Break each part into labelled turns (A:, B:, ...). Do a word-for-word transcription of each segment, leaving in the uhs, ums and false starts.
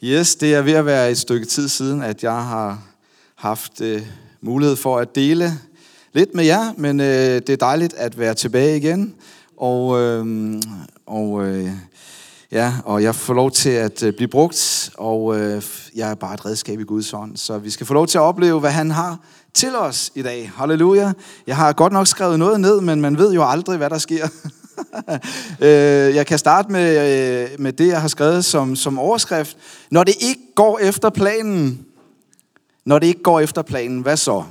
A: Yes, det er ved at være et stykke tid siden, at jeg har haft øh, mulighed for at dele lidt med jer, men øh, det er dejligt at være tilbage igen. Og, øh, og, øh, ja, og jeg får lov til at øh, blive brugt, og øh, jeg er bare et redskab i Guds hånd. Så vi skal få lov til at opleve, hvad han har til os i dag. Halleluja. Jeg har godt nok skrevet noget ned, men man ved jo aldrig, hvad der sker. Jeg kan starte med, med det, jeg har skrevet som, som overskrift. Når det ikke går efter planen, når det ikke går efter planen, hvad så?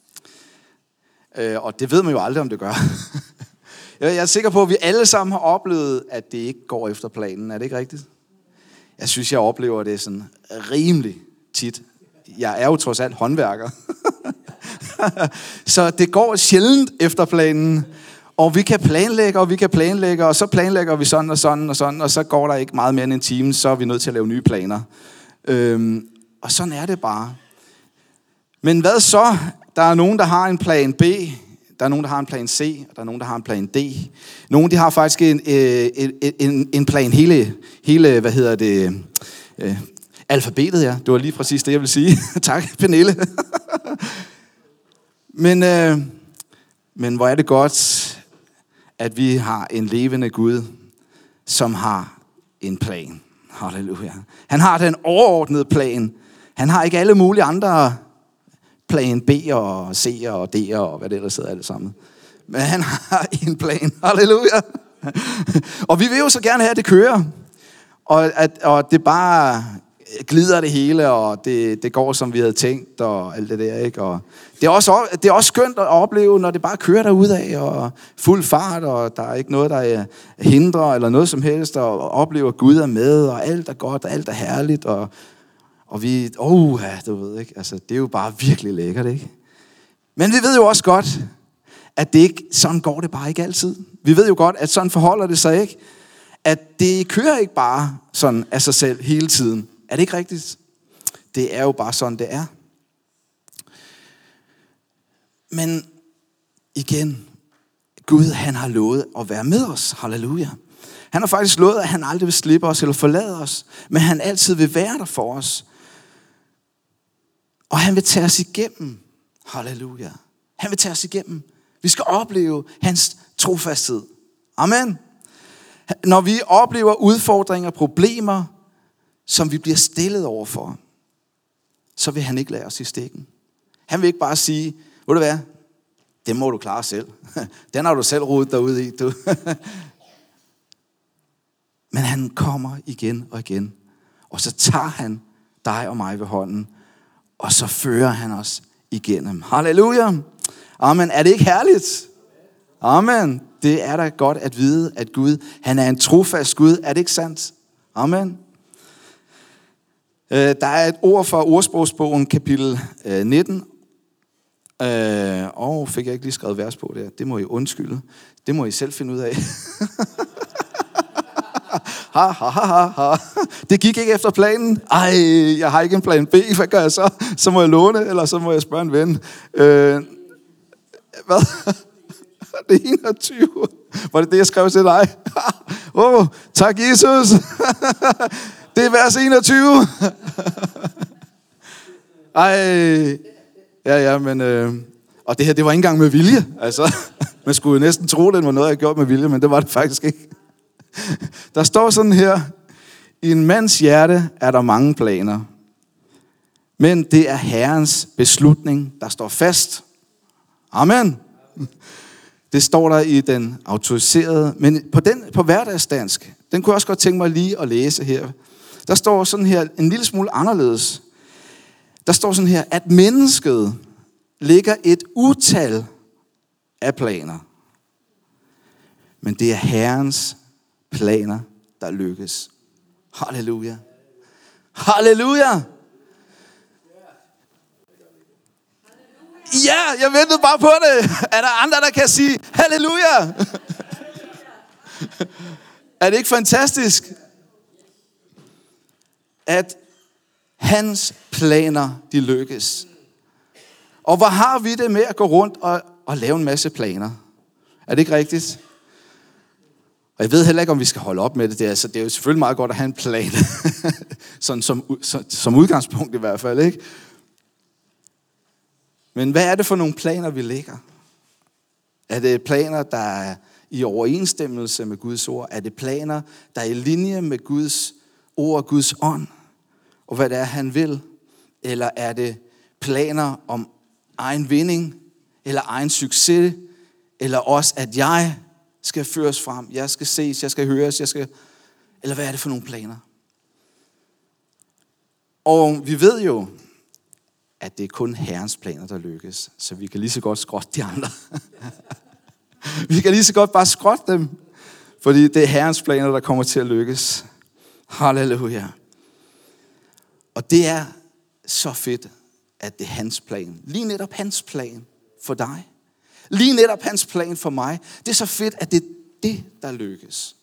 A: Og det ved man jo aldrig, om det gør. Jeg er sikker på, at vi alle sammen har oplevet, at det ikke går efter planen. Er det ikke rigtigt? Jeg synes, jeg oplever det sådan rimelig tit. Jeg er jo trods alt håndværker. Så det går sjældent efter planen. Og vi kan planlægge, og vi kan planlægge, og så planlægger vi sådan og sådan og sådan, og så går der ikke meget mere end en time, så er vi nødt til at lave nye planer. Øhm, og sådan er det bare. Men hvad så? Der er nogen, der har en plan B, der er nogen, der har en plan C, og der er nogen, der har en plan D. Nogle, de har faktisk en, en, en, en plan hele, hele, hvad hedder det, øh, alfabetet, ja. Det var lige præcis det, jeg vil sige. Tak, Pernille. Men, øh, men hvor er det godt, at vi har en levende Gud, som har en plan. Halleluja. Han har den overordnede plan. Han har ikke alle mulige andre plan B og C og D og hvad det ellers hedder alle sammen. Men han har en plan. Halleluja. Og vi vil jo så gerne have, at det kører. Og at og det bare glider det hele, og det, det går, som vi havde tænkt, og alt det der, ikke? Og det er, også, det er også skønt at opleve, når det bare kører derudad, og fuld fart, og der er ikke noget, der hindrer, eller noget som helst, og oplever, at Gud er med, og alt er godt, og alt er herligt, og, og vi, åh, ja, du ved, ikke? Altså, det er jo bare virkelig lækkert, ikke? Men vi ved jo også godt, at det ikke, sådan går det bare ikke altid. Vi ved jo godt, at sådan forholder det sig ikke, at det kører ikke bare sådan af sig selv hele tiden. Er det ikke rigtigt? Det er jo bare sådan, det er. Men igen, Gud, han har lovet at være med os. Halleluja. Han har faktisk lovet, at han aldrig vil slippe os eller forlade os, men han altid vil være der for os. Og han vil tage os igennem. Halleluja. Han vil tage os igennem. Vi skal opleve hans trofasthed. Amen. Når vi oplever udfordringer, problemer, som vi bliver stillet overfor, så vil han ikke lade os i stikken. Han vil ikke bare sige, ved du hvad, det må du klare selv. Den har du selv rodet derude i. Du. Men han kommer igen og igen, og så tager han dig og mig ved hånden, og så fører han os igennem. Halleluja. Amen. Er det ikke herligt? Amen. Det er da godt at vide, at Gud, han er en trofast Gud. Er det ikke sandt? Amen. Der er et ord fra ordsprogsbogen, kapitel nitten. Og fik jeg ikke lige skrevet vers på det. Det må I undskylde. Det må I selv finde ud af. ha, ha, ha, ha. Det gik ikke efter planen. Ej, jeg har ikke en plan B. Hvad gør jeg så? Så må jeg låne, eller så må jeg spørge en ven. Øh, hvad? Det er enogtyve. Var det det, jeg skrev til dig? Åh, oh, tak Jesus. Det er vers enogtyve. Ej. Ja, ja, men... Øh, og det her, det var ikke engang med vilje. Altså, man skulle jo næsten tro, det var noget, jeg gjorde med vilje, men det var det faktisk ikke. Der står sådan her. I en mands hjerte er der mange planer. Men det er Herrens beslutning, der står fast. Amen. Det står der i den autoriserede, men på, den, på hverdagsdansk, den kunne jeg også godt tænke mig lige at læse her. Der står sådan her, en lille smule anderledes. Der står sådan her, at mennesket ligger et utal af planer. Men det er Herrens planer, der lykkes. Halleluja. Halleluja. Ja, jeg ventede bare på det. Er der andre, der kan sige halleluja? Er det ikke fantastisk, at hans planer, de lykkes? Og hvor har vi det med at gå rundt og, og lave en masse planer? Er det ikke rigtigt? Og jeg ved heller ikke, om vi skal holde op med det. Det er, altså, det er jo selvfølgelig meget godt at have en plan. Sådan som, som udgangspunkt i hvert fald, ikke? Men hvad er det for nogle planer, vi lægger? Er det planer, der er i overensstemmelse med Guds ord? Er det planer, der er i linje med Guds ord og Guds ånd? Og hvad det er, han vil? Eller er det planer om egen vinding? Eller egen succes? Eller også, at jeg skal føres frem? Jeg skal ses, jeg skal høres, jeg skal... Eller hvad er det for nogle planer? Og vi ved jo, at det er kun Herrens planer, der lykkes. Så vi kan lige så godt skrotte de andre. Vi kan lige så godt bare skrotte dem. Fordi det er Herrens planer, der kommer til at lykkes. Halleluja. Og det er så fedt, at det er hans plan. Lige netop hans plan for dig. Lige netop hans plan for mig. Det er så fedt, at det er det, der lykkes.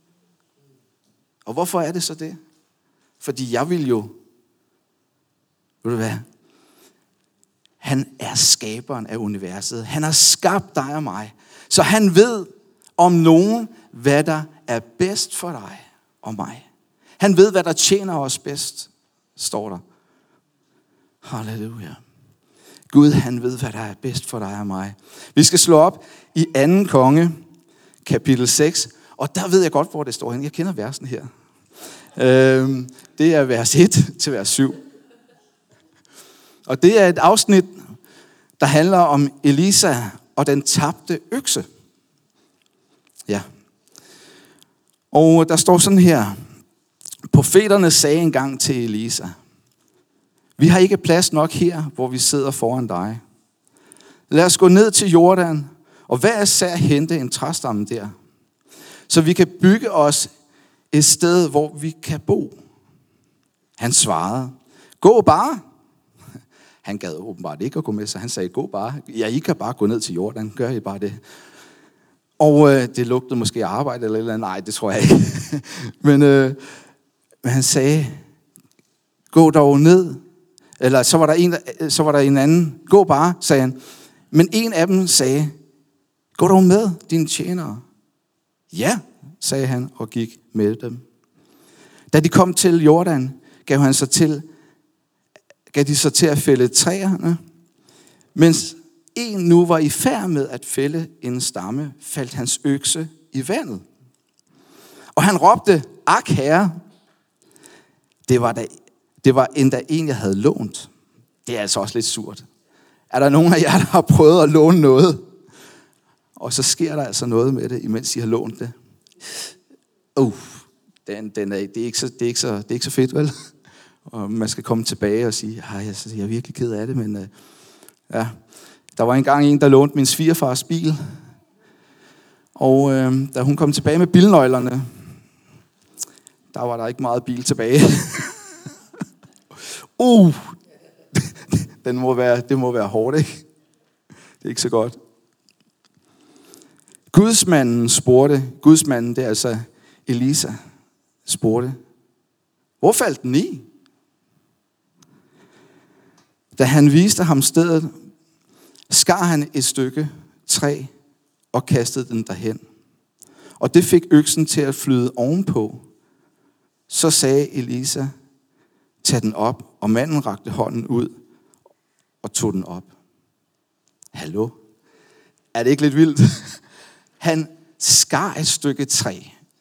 A: Og hvorfor er det så det? Fordi jeg vil jo... Ved du hvad? Han er skaberen af universet. Han har skabt dig og mig. Så han ved om nogen, hvad der er bedst for dig og mig. Han ved, hvad der tjener os bedst, står der. Halleluja. Gud, han ved, hvad der er bedst for dig og mig. Vi skal slå op i anden konge, kapitel seks. Og der ved jeg godt, hvor det står hen. Jeg kender versen her. Øhm, det er vers et til vers syv. Og det er et afsnit, der handler om Elisa og den tabte økse. Ja. Og der står sådan her. Profeterne sagde engang til Elisa: vi har ikke plads nok her, hvor vi sidder foran dig. Lad os gå ned til Jordan, og hver især hente en træstamme der, så vi kan bygge os et sted, hvor vi kan bo. Han svarede: gå bare. Han gad åbenbart ikke at gå med, så han sagde: gå bare. Ja, I kan bare gå ned til Jordan. Gør I bare det. Og øh, det lugtede måske arbejde eller eller andet. Nej, det tror jeg ikke. men, øh, men han sagde: gå dog ned. Eller så var der en, så var der en anden. Gå bare, sagde han. Men en af dem sagde: gå dog med, dine tjenere. Ja, sagde han og gik med dem. Da de kom til Jordan, gav han sig til gav de sig til at fælde træerne. Mens en nu var i færd med at fælde en stamme, faldt hans økse i vandet. Og han råbte: ak, herre, det var, da, det var endda en, jeg havde lånt. Det er altså også lidt surt. Er der nogen af jer, der har prøvet at låne noget, og så sker der altså noget med det, imens I har lånt det? Uh, den, den er, det, er ikke så, det, er ikke så, det er ikke så fedt, vel? Og man skal komme tilbage og sige: jeg er virkelig ked af det, men uh, ja. Der var engang en, der lånte min svigerfars bil. Og uh, da hun kom tilbage med bilnøglerne, der var der ikke meget bil tilbage. uh, den må være, det må være hårdt, ikke? Det er ikke så godt. Gudsmanden spurgte, Gudsmanden, det er altså Elisa, spurgte: hvor faldt den i? Da han viste ham stedet, skar han et stykke træ og kastede den derhen. Og det fik øksen til at flyde ovenpå. Så sagde Elisa: tag den op, og manden rakte hånden ud og tog den op. Hallo? Er det ikke lidt vildt? Han skar et stykke træ,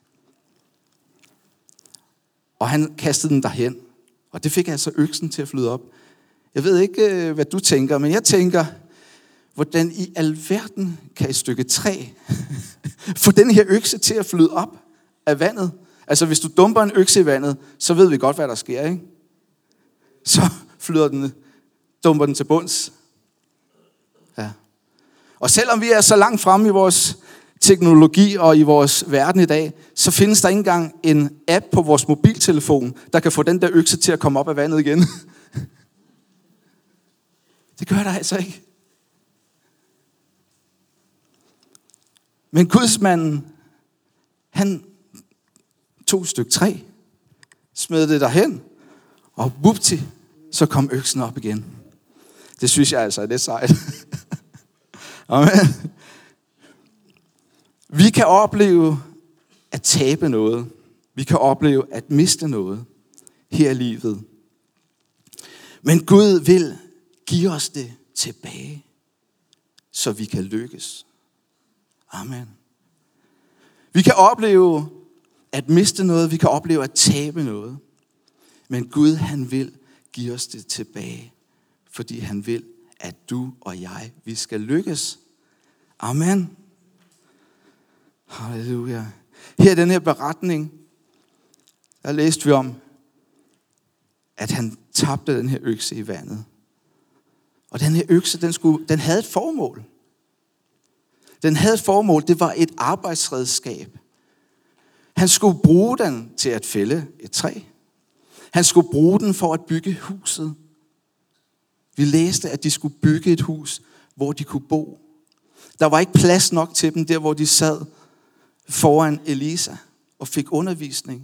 A: og han kastede den derhen. Og det fik altså øksen til at flyde op. Jeg ved ikke, hvad du tænker, men jeg tænker: hvordan i alverden kan et stykke træ få den her økse til at flyde op af vandet? Altså, hvis du dumper en økse i vandet, så ved vi godt, hvad der sker, ikke? Så flyder den, dumper den til bunds. Ja. Og selvom vi er så langt fremme i vores teknologi og i vores verden i dag, så findes der ikke engang en app på vores mobiltelefon, der kan få den der økse til at komme op af vandet igen. Det gør der altså ikke. Men Gudsmanden, han tog et stykke træ, smed det derhen, og whoopty, så kom øksen op igen. Det synes jeg altså er lidt sejt. Amen. Vi kan opleve at tabe noget. Vi kan opleve at miste noget her i livet. Men Gud vil give os det tilbage, så vi kan lykkes. Amen. Vi kan opleve at miste noget, vi kan opleve at tabe noget. Men Gud, han vil give os det tilbage, fordi han vil, at du og jeg, vi skal lykkes. Amen. Halleluja. Her i den her beretning, der læste vi om, at han tabte den her økse i vandet. Og den her økse, den, skulle, den havde et formål. Den havde et formål, det var et arbejdsredskab. Han skulle bruge den til at fælde et træ. Han skulle bruge den for at bygge huset. Vi læste, at de skulle bygge et hus, hvor de kunne bo. Der var ikke plads nok til dem, der hvor de sad foran Elisa og fik undervisning.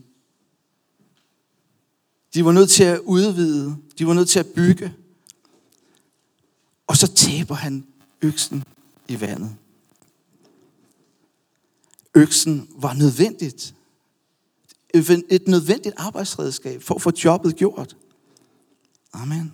A: De var nødt til at udvide. De var nødt til at bygge. Og så taber han øksen i vandet. Øksen var nødvendigt. Et nødvendigt arbejdsredskab for at få jobbet gjort. Amen.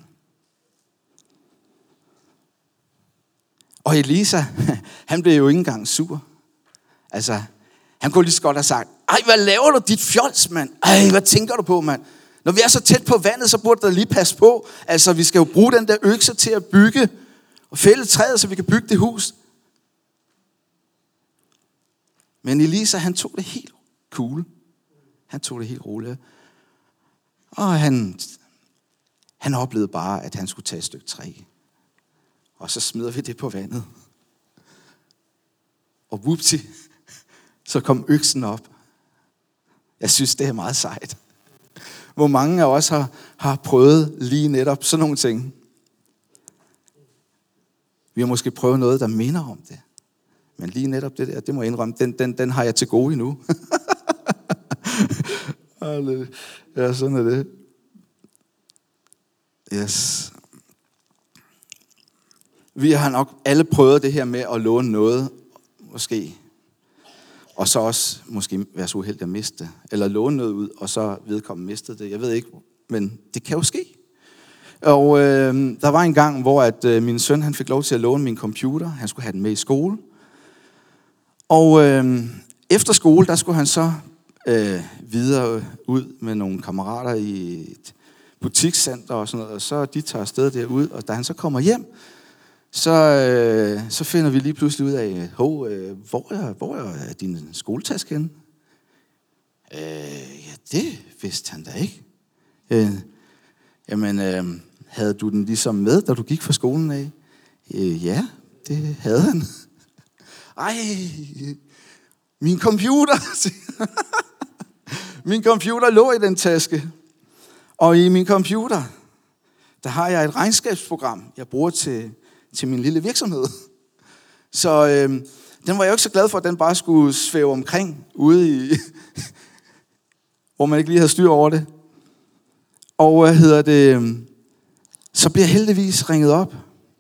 A: Og Elisa, han blev jo ikke engang sur. Altså, han kunne lige så godt have sagt, ej, hvad laver du, dit fjols, mand? Ej, hvad tænker du på, mand? Når vi er så tæt på vandet, så burde der lige passe på. Altså, vi skal jo bruge den der økse til at bygge og fælde træet, så vi kan bygge det hus. Men Elisa, han tog det helt cool. Han tog det helt roligt. Og han, han oplevede bare, at han skulle tage et stykke træ. Og så smider vi det på vandet. Og whoopty, så kom øksen op. Jeg synes, det er meget sejt. Hvor mange af os har, har prøvet lige netop sådan nogle ting. Vi har måske prøvet noget, der minder om det. Men lige netop det der, det må jeg indrømme, den, den, den har jeg til gode endnu. Ja, sådan er det. Yes. Vi har nok alle prøvet det her med at låne noget, måske. Og så også måske være så uheldig at miste det. Eller låne noget ud, og så vedkommende mistede det. Jeg ved ikke, men det kan jo ske. Og øh, der var en gang, hvor at, øh, min søn han fik lov til at låne min computer. Han skulle have den med i skole. Og øh, efter skole, der skulle han så øh, videre ud med nogle kammerater i et butikscenter og sådan noget. Og så de tager afsted derud, og da han så kommer hjem, så, øh, så finder vi lige pludselig ud af, Hov, øh, hvor, er, hvor er din skoletaske henne? Øh, ja, det vidste han da ikke. Øh, jamen, øh, havde du den ligesom med, da du gik fra skolen af? Øh, ja, det havde han. Ej, min computer. Min computer lå i den taske. Og i min computer, der har jeg et regnskabsprogram, jeg bruger til, til min lille virksomhed. Så øh, den var jeg jo ikke så glad for, at den bare skulle svæve omkring ude i, hvor man ikke lige havde styr over det. Og hvad hedder det, så bliver jeg heldigvis ringet op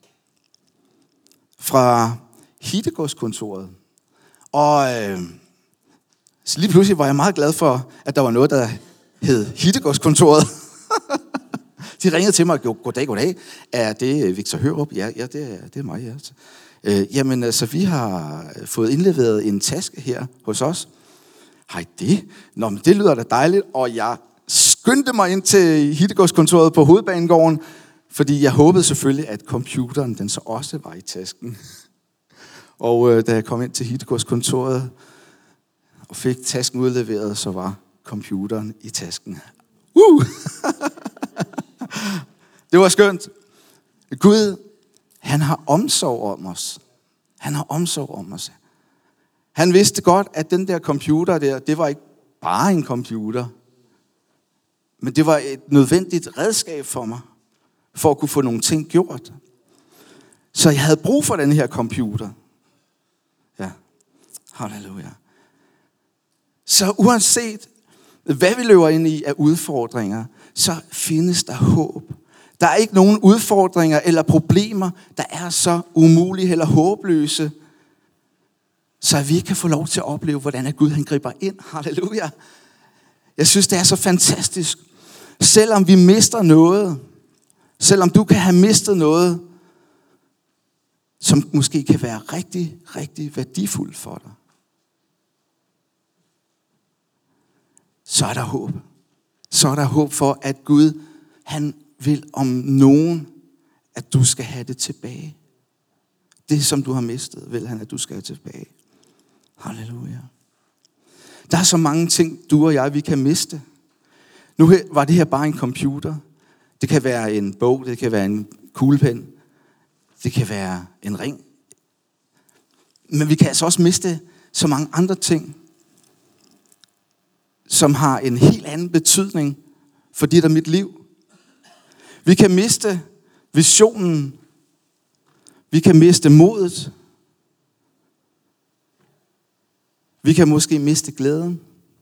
A: fra Hittegodskontoret. Og øh, så lige pludselig var jeg meget glad for, at der var noget, der hed Hittegodskontoret. De ringede til mig og goddag, goddag. Er det Victor Hørup? Ja, ja det, er, det er mig. Ja. Øh, jamen, altså, vi har fået indleveret en taske her hos os. Hej, det? Nå, men det lyder da dejligt. Og jeg skyndte mig ind til Hittegodskontoret på Hovedbanegården, fordi jeg håbede selvfølgelig, at computeren den så også var i tasken. Og øh, da jeg kom ind til Hittegodskontoret og fik tasken udleveret, så var computeren i tasken. Uh! Det var skønt. Gud, han har omsorg om os. Han har omsorg om os. Han vidste godt, at den der computer der, det var ikke bare en computer, men det var et nødvendigt redskab for mig, for at kunne få nogle ting gjort. Så jeg havde brug for den her computer. Ja, halleluja. Så uanset hvad vi løber ind i af udfordringer, så findes der håb. Der er ikke nogen udfordringer eller problemer, der er så umulige eller håbløse, så vi kan få lov til at opleve, hvordan Gud han griber ind. Halleluja. Jeg synes, det er så fantastisk. Selvom vi mister noget, selvom du kan have mistet noget, som måske kan være rigtig, rigtig værdifuldt for dig, så er der håb. Så er der håb for, at Gud, han vil om nogen, at du skal have det tilbage. Det, som du har mistet, vil han, at du skal have tilbage. Halleluja. Der er så mange ting, du og jeg, vi kan miste. Nu var det her bare en computer. Det kan være en bog, det kan være en kuglepen, det kan være en ring. Men vi kan altså også miste så mange andre ting, som har en helt anden betydning for dit og mit liv. Vi kan miste visionen. Vi kan miste modet. Vi kan måske miste glæden.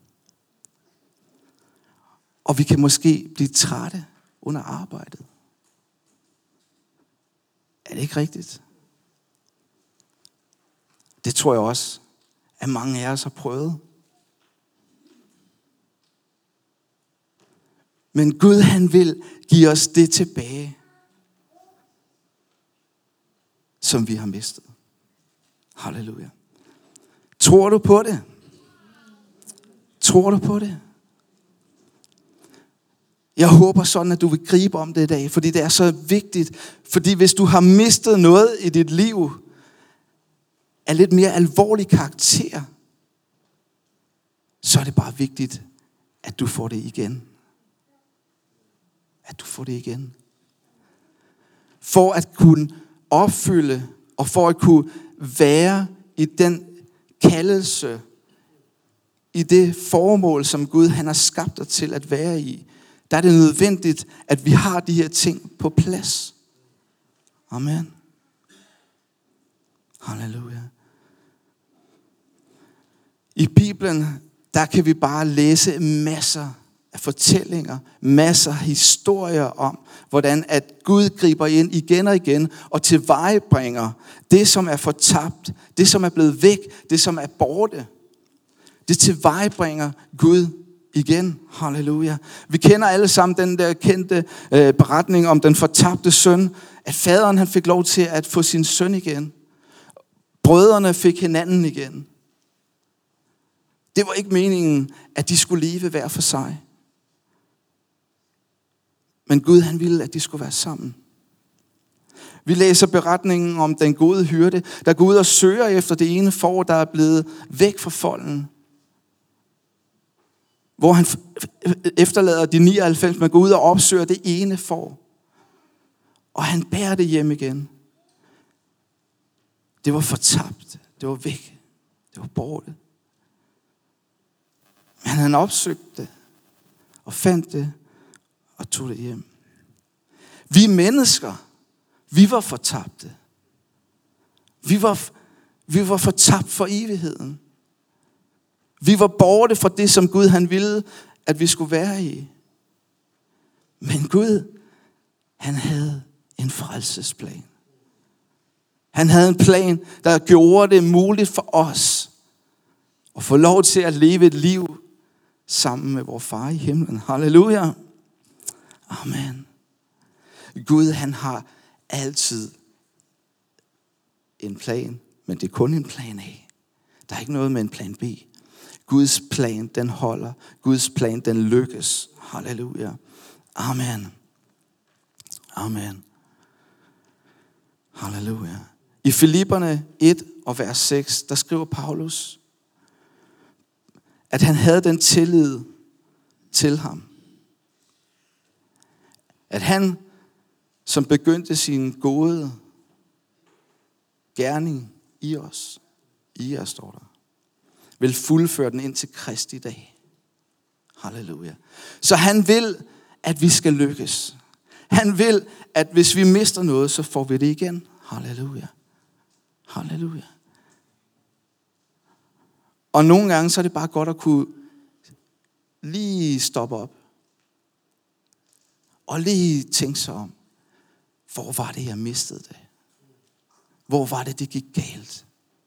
A: Og vi kan måske blive trætte under arbejdet. Er det ikke rigtigt? Det tror jeg også, at mange af os har prøvet. Men Gud, han vil give os det tilbage, som vi har mistet. Halleluja. Tror du på det? Tror du på det? Jeg håber sådan, at du vil gribe om det i dag, fordi det er så vigtigt. Fordi hvis du har mistet noget i dit liv af lidt mere alvorlig karakter, så er det bare vigtigt, at du får det igen. At du får det igen. For at kunne opfylde, og for at kunne være i den kaldelse, i det formål, som Gud han har skabt dig til at være i, der er det nødvendigt, at vi har de her ting på plads. Amen. Halleluja. I Bibelen, der kan vi bare læse masser af fortællinger, masser af historier om, hvordan at Gud griber ind igen og igen og tilvejebringer det, som er fortabt, det, som er blevet væk, det, som er borte. Det tilvejebringer Gud igen. Halleluja. Vi kender alle sammen den der kendte øh, beretning om den fortabte søn, at faderen han fik lov til at få sin søn igen. Brødrene fik hinanden igen. Det var ikke meningen, at de skulle leve hver for sig. Men Gud han ville, at de skulle være sammen. Vi læser beretningen om den gode hyrde, der går ud og søger efter det ene får, der er blevet væk fra folden. Hvor han efterlader de nioghalvfems, man går ud og opsøger det ene får. Og han bærer det hjem igen. Det var fortabt. Det var væk. Det var borte. Men han opsøgte det. Og fandt det. Og tog det hjem. Vi mennesker. Vi var fortabte. Vi var, vi var fortabt for evigheden. Vi var borte fra det, som Gud han ville, at vi skulle være i. Men Gud, han havde en frelsesplan. Han havde en plan, der gjorde det muligt for os at få lov til at leve et liv sammen med vor far i himlen. Halleluja. Amen. Gud, han har altid en plan, men det er kun en plan A. Der er ikke noget med en plan B. Guds plan, den holder. Guds plan, den lykkes. Halleluja. Amen. Amen. Halleluja. I Filipperne et og vers seks, der skriver Paulus, at han havde den tillid til ham. At han, som begyndte sin gode gerning i os, i os står der, vil fuldføre den ind til Kristi dag. Halleluja. Så han vil, at vi skal lykkes. Han vil, at hvis vi mister noget, så får vi det igen. Halleluja. Halleluja. Og nogle gange, så er det bare godt at kunne lige stoppe op. Og lige tænke sig om, hvor var det, jeg mistede det? Hvor var det, det gik galt?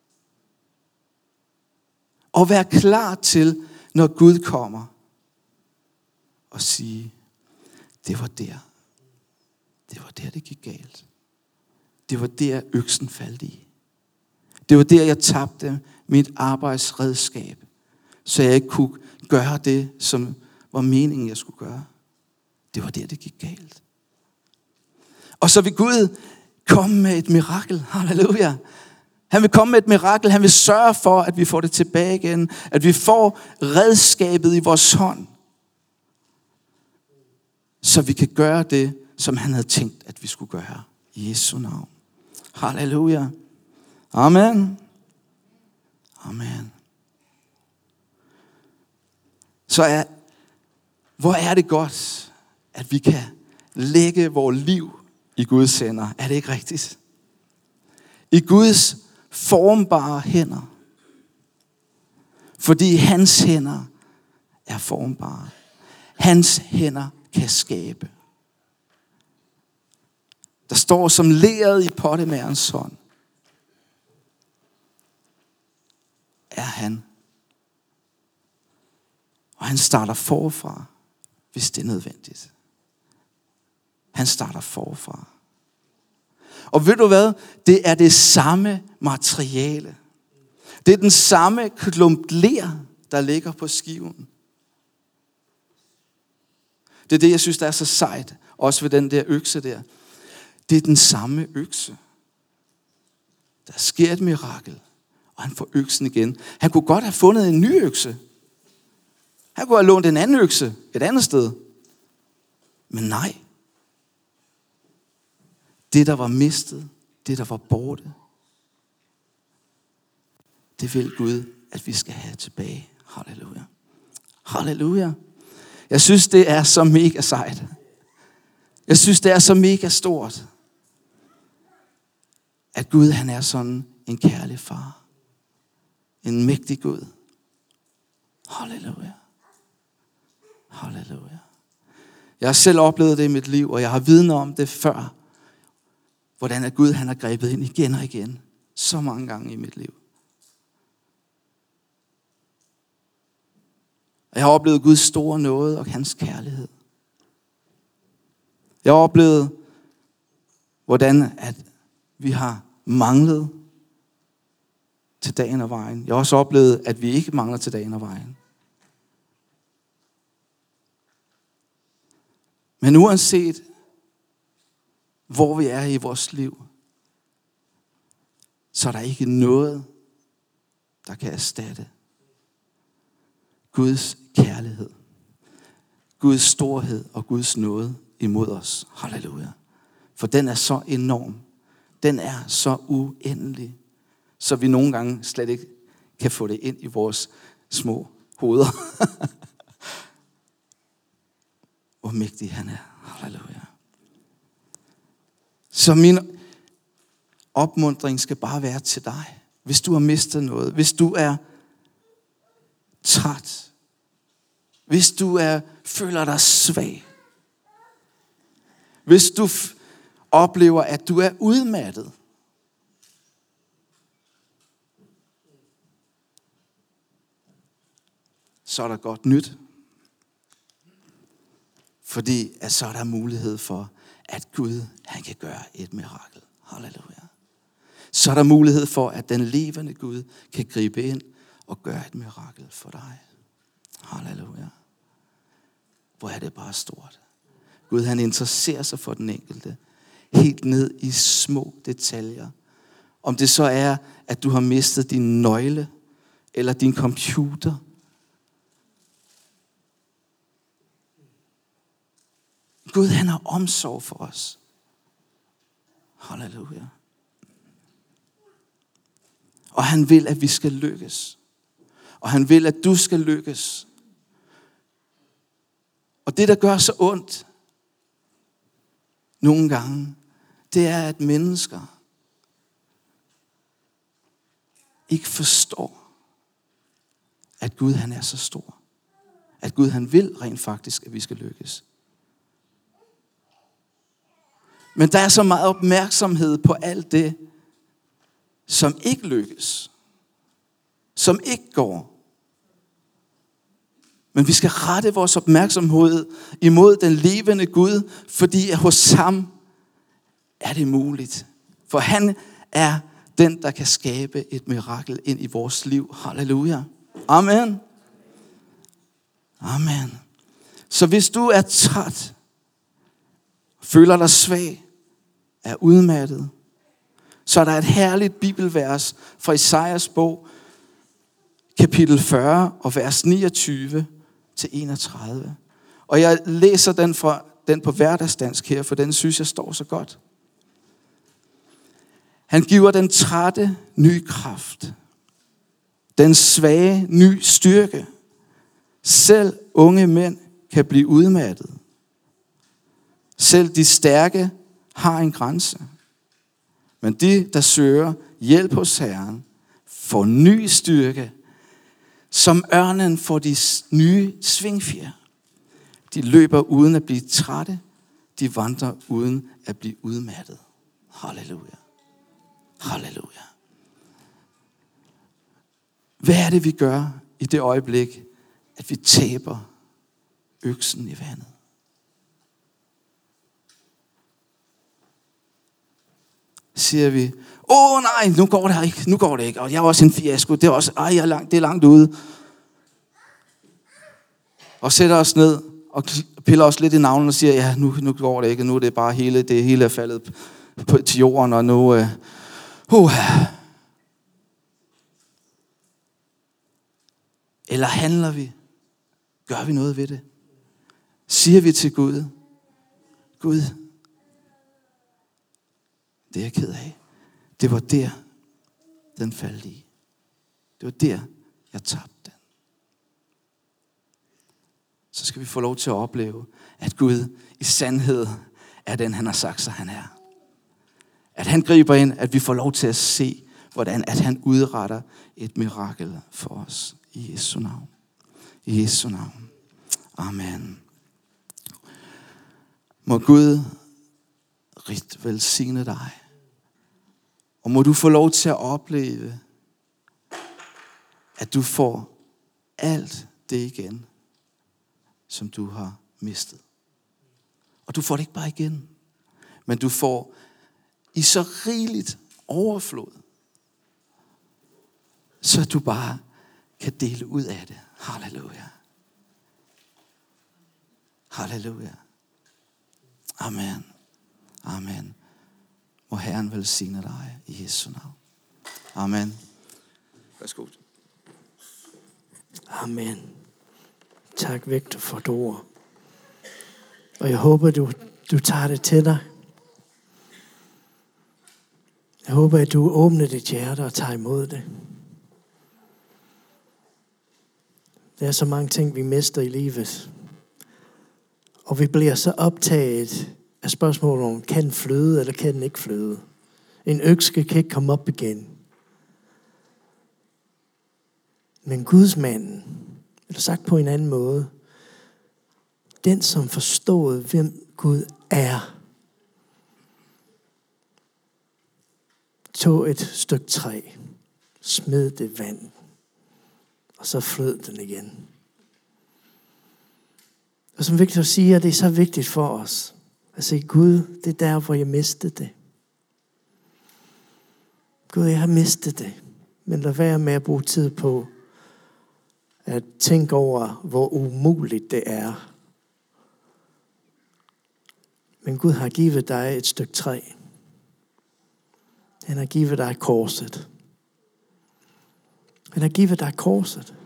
A: Og være klar til, når Gud kommer, og sige, det var der. Det var der, det gik galt. Det var der, øksen faldt i. Det var der, jeg tabte mit arbejdsredskab, så jeg ikke kunne gøre det, som var meningen, jeg skulle gøre. Det var der, det gik galt. Og så vil Gud komme med et mirakel. Halleluja. Han vil komme med et mirakel. Han vil sørge for, at vi får det tilbage igen. At vi får redskabet i vores hånd. Så vi kan gøre det, som han havde tænkt, at vi skulle gøre. I Jesu navn. Halleluja. Amen. Amen. Så er, hvor er det godt, at vi kan lægge vores liv i Guds hænder. Er det ikke rigtigt? I Guds formbare hænder. Fordi hans hænder er formbare. Hans hænder kan skabe. Der står som leret i pottemagerens hånd. Er han. Og han starter forfra, hvis det er nødvendigt. Han starter forfra. Og ved du hvad? Det er det samme materiale. Det er den samme klump ler, der ligger på skiven. Det er det, jeg synes, der er så sejt. Også ved den der økse der. Det er den samme økse. Der sker et mirakel, og han får øksen igen. Han kunne godt have fundet en ny økse. Han kunne have lånt en anden økse et andet sted. Men nej. Det, der var mistet, det, der var borte, det vil Gud, at vi skal have tilbage. Halleluja. Halleluja. Jeg synes, det er så mega sejt. Jeg synes, det er så mega stort, at Gud, han er sådan en kærlig far. En mægtig Gud. Halleluja. Halleluja. Jeg har selv oplevet det i mit liv, og jeg har viden om det før. Hvordan at Gud, han har grebet ind igen og igen. Så mange gange i mit liv. Jeg har oplevet Guds store nåde og hans kærlighed. Jeg har oplevet, hvordan at vi har manglet til dagen og vejen. Jeg har også oplevet, at vi ikke mangler til dagen og vejen. Men uanset hvor vi er i vores liv, så er der ikke noget, der kan erstatte Guds kærlighed, Guds storhed og Guds nåde imod os. Halleluja. For den er så enorm. Den er så uendelig, så vi nogle gange slet ikke kan få det ind i vores små hoveder. Hvor mægtig han er. Halleluja. Så min opmuntring skal bare være til dig. Hvis du har mistet noget, hvis du er træt, hvis du er, føler dig svag, hvis du f- oplever, at du er udmattet, så er der godt nyt. Fordi at så er der mulighed for, at Gud, han kan gøre et mirakel. Halleluja. Så er der mulighed for, at den levende Gud kan gribe ind og gøre et mirakel for dig. Halleluja. Hvor er det bare stort. Gud, han interesserer sig for den enkelte. Helt ned i små detaljer. Om det så er, at du har mistet din nøgle, eller din computer. Gud, han har omsorg for os. Halleluja. Og han vil, at vi skal lykkes. Og han vil, at du skal lykkes. Og det, der gør så ondt nogle gange, det er, at mennesker ikke forstår, at Gud, han er så stor. At Gud, han vil rent faktisk, at vi skal lykkes. Men der er så meget opmærksomhed på alt det, som ikke lykkes. Som ikke går. Men vi skal rette vores opmærksomhed imod den levende Gud, fordi hos ham er det muligt. For han er den, der kan skabe et mirakel ind i vores liv. Halleluja. Amen. Amen. Så hvis du er træt, føler dig svag, er udmattet, så er der et herligt bibelvers fra Esajas bog, kapitel fyrre og vers niogtyve til enogtredive. Og jeg læser den, fra, den på hverdagsdansk her, for den synes jeg står så godt. Han giver den trætte ny kraft, den svage ny styrke. Selv unge mænd kan blive udmattet. Selv de stærke har en grænse. Men de, der søger hjælp hos Herren, får ny styrke. Som ørnen får de nye svingfjer. De løber uden at blive trætte. De vandrer uden at blive udmattet. Halleluja. Halleluja. Hvad er det, vi gør i det øjeblik, at vi taber øksen i vandet? Siger vi, åh nej, nu går det ikke, nu går det ikke, og jeg er også en fiasko, det er også, ej, jeg er langt, det er langt ude. Og sætter os ned og piller os lidt i navlen og siger, ja, nu, nu går det ikke, nu er det bare hele, det hele er faldet på, til jorden, og nu, uh, uh. Eller handler vi? Gør vi noget ved det? Siger vi til Gud, Gud, det er jeg ked af. Det var der, den faldt i. Det var der, jeg tabte den. Så skal vi få lov til at opleve, at Gud i sandhed er den, han har sagt sig, han er. At han griber ind, at vi får lov til at se, hvordan at han udretter et mirakel for os. I Jesu navn. I Jesu navn. Amen. Må Gud rigt velsigne dig. Og må du få lov til at opleve, at du får alt det igen, som du har mistet. Og du får det ikke bare igen, men du får i så rigeligt overflod, så du bare kan dele ud af det. Halleluja. Halleluja. Amen. Amen. Må Herren velsigne dig i Jesu navn. Amen. Værsgo.
B: Amen. Tak, Victor, for det ord. Og jeg håber, du, du tager det til dig. Jeg håber, at du åbner dit hjerte og tager imod det. Der er så mange ting, vi mister i livet. Og vi bliver så optaget af spørgsmålet om, kan den flyde, eller kan den ikke flyde? En økse kan ikke komme op igen. Men Gudsmanden, eller sagt på en anden måde, den som forstod, hvem Gud er, tog et stykke træ, smed det vand, og så flød den igen. Og som Victor siger, det er så vigtigt for os at sige, Gud, det er der, hvor jeg mistede det. Gud, jeg har mistet det. Men lad være med at bruge tid på at tænke over, hvor umuligt det er. Men Gud har givet dig et stykke træ. Han har givet dig korset. Han har givet dig korset.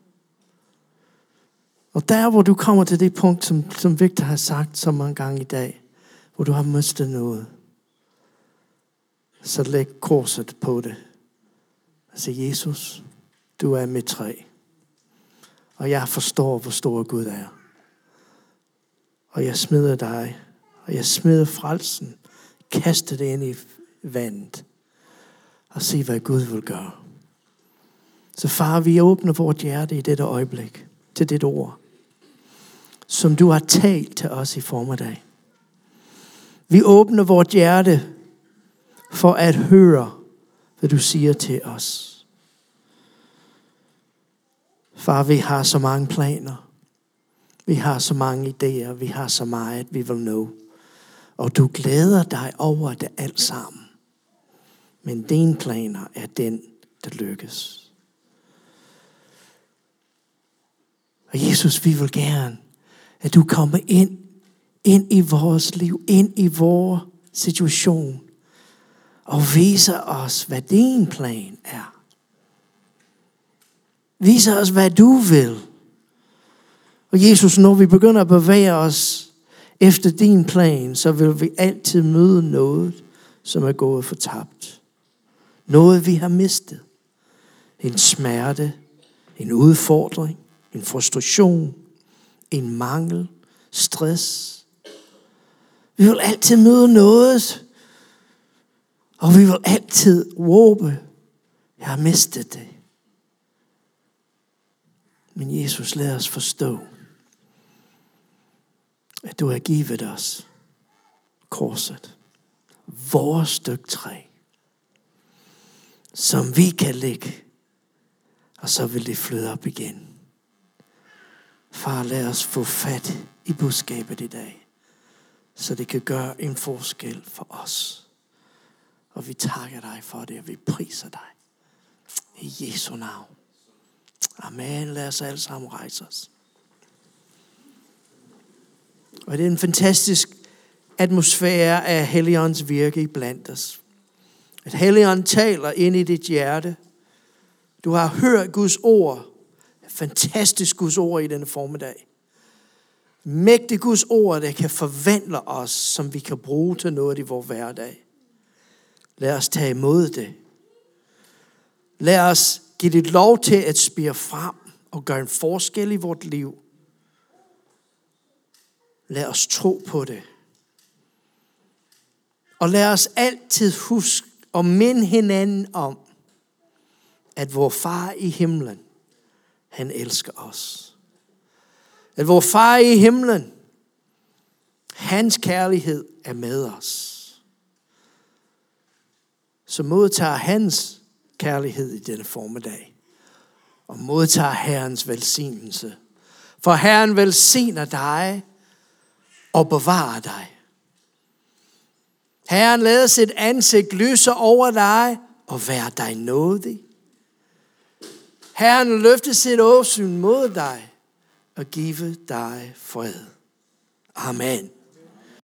B: Og der, hvor du kommer til det punkt, som, som Victor har sagt så mange gange i dag, hvor du har mistet noget, så læg korset på det. Og sig, Jesus, du er mit træ. Og jeg forstår, hvor stor Gud er. Og jeg smider dig, og jeg smider frelsen, kaster det ind i vandet, og se, hvad Gud vil gøre. Så far, vi åbner vores hjerte i dette øjeblik, til dit ord, som du har talt til os i formiddag. Vi åbner vores hjerte for at høre, hvad du siger til os. Far, vi har så mange planer. Vi har så mange idéer, vi har så meget, vi vil nå. Og du glæder dig over det alt sammen. Men dine planer er den, der lykkes. Og Jesus, vi vil gerne, at du kommer ind, ind i vores liv, ind i vores situation, og viser os, hvad din plan er. Viser os, hvad du vil. Og Jesus, når vi begynder at bevæge os efter din plan, så vil vi altid møde noget, som er gået fortabt. Noget, vi har mistet. En smerte, en udfordring, en frustration, en mangel, stress. Vi vil altid møde noget, og vi vil altid råbe, jeg har mistet det. Men Jesus, lad os forstå, at du har givet os korset, vores stykke træ, som vi kan lægge, og så vil det flyde op igen. Far, lad os få fat i budskabet i dag, så det kan gøre en forskel for os. Og vi takker dig for det, og vi priser dig. I Jesu navn. Amen. Lad os alle sammen rejse os. Og det er en fantastisk atmosfære af Helligåndens virke iblandt os. At Helligånden taler ind i dit hjerte. Du har hørt Guds ord. Fantastisk Guds ord i denne formiddag. Mægtig Guds ord, der kan forvandle os, som vi kan bruge til noget i vores hverdag. Lad os tage imod det. Lad os give det lov til at spire frem og gøre en forskel i vort liv. Lad os tro på det. Og lad os altid huske og minde hinanden om, at vor far i himlen, han elsker os. At vor far i himlen, hans kærlighed er med os. Så modtager hans kærlighed i denne formiddag. Og modtager Herrens velsignelse. For Herren velsigner dig og bevarer dig. Herren lader sit ansigt lyse over dig og være dig nådig. Herren løfter sit åsyn mod dig og give dig fred. Amen.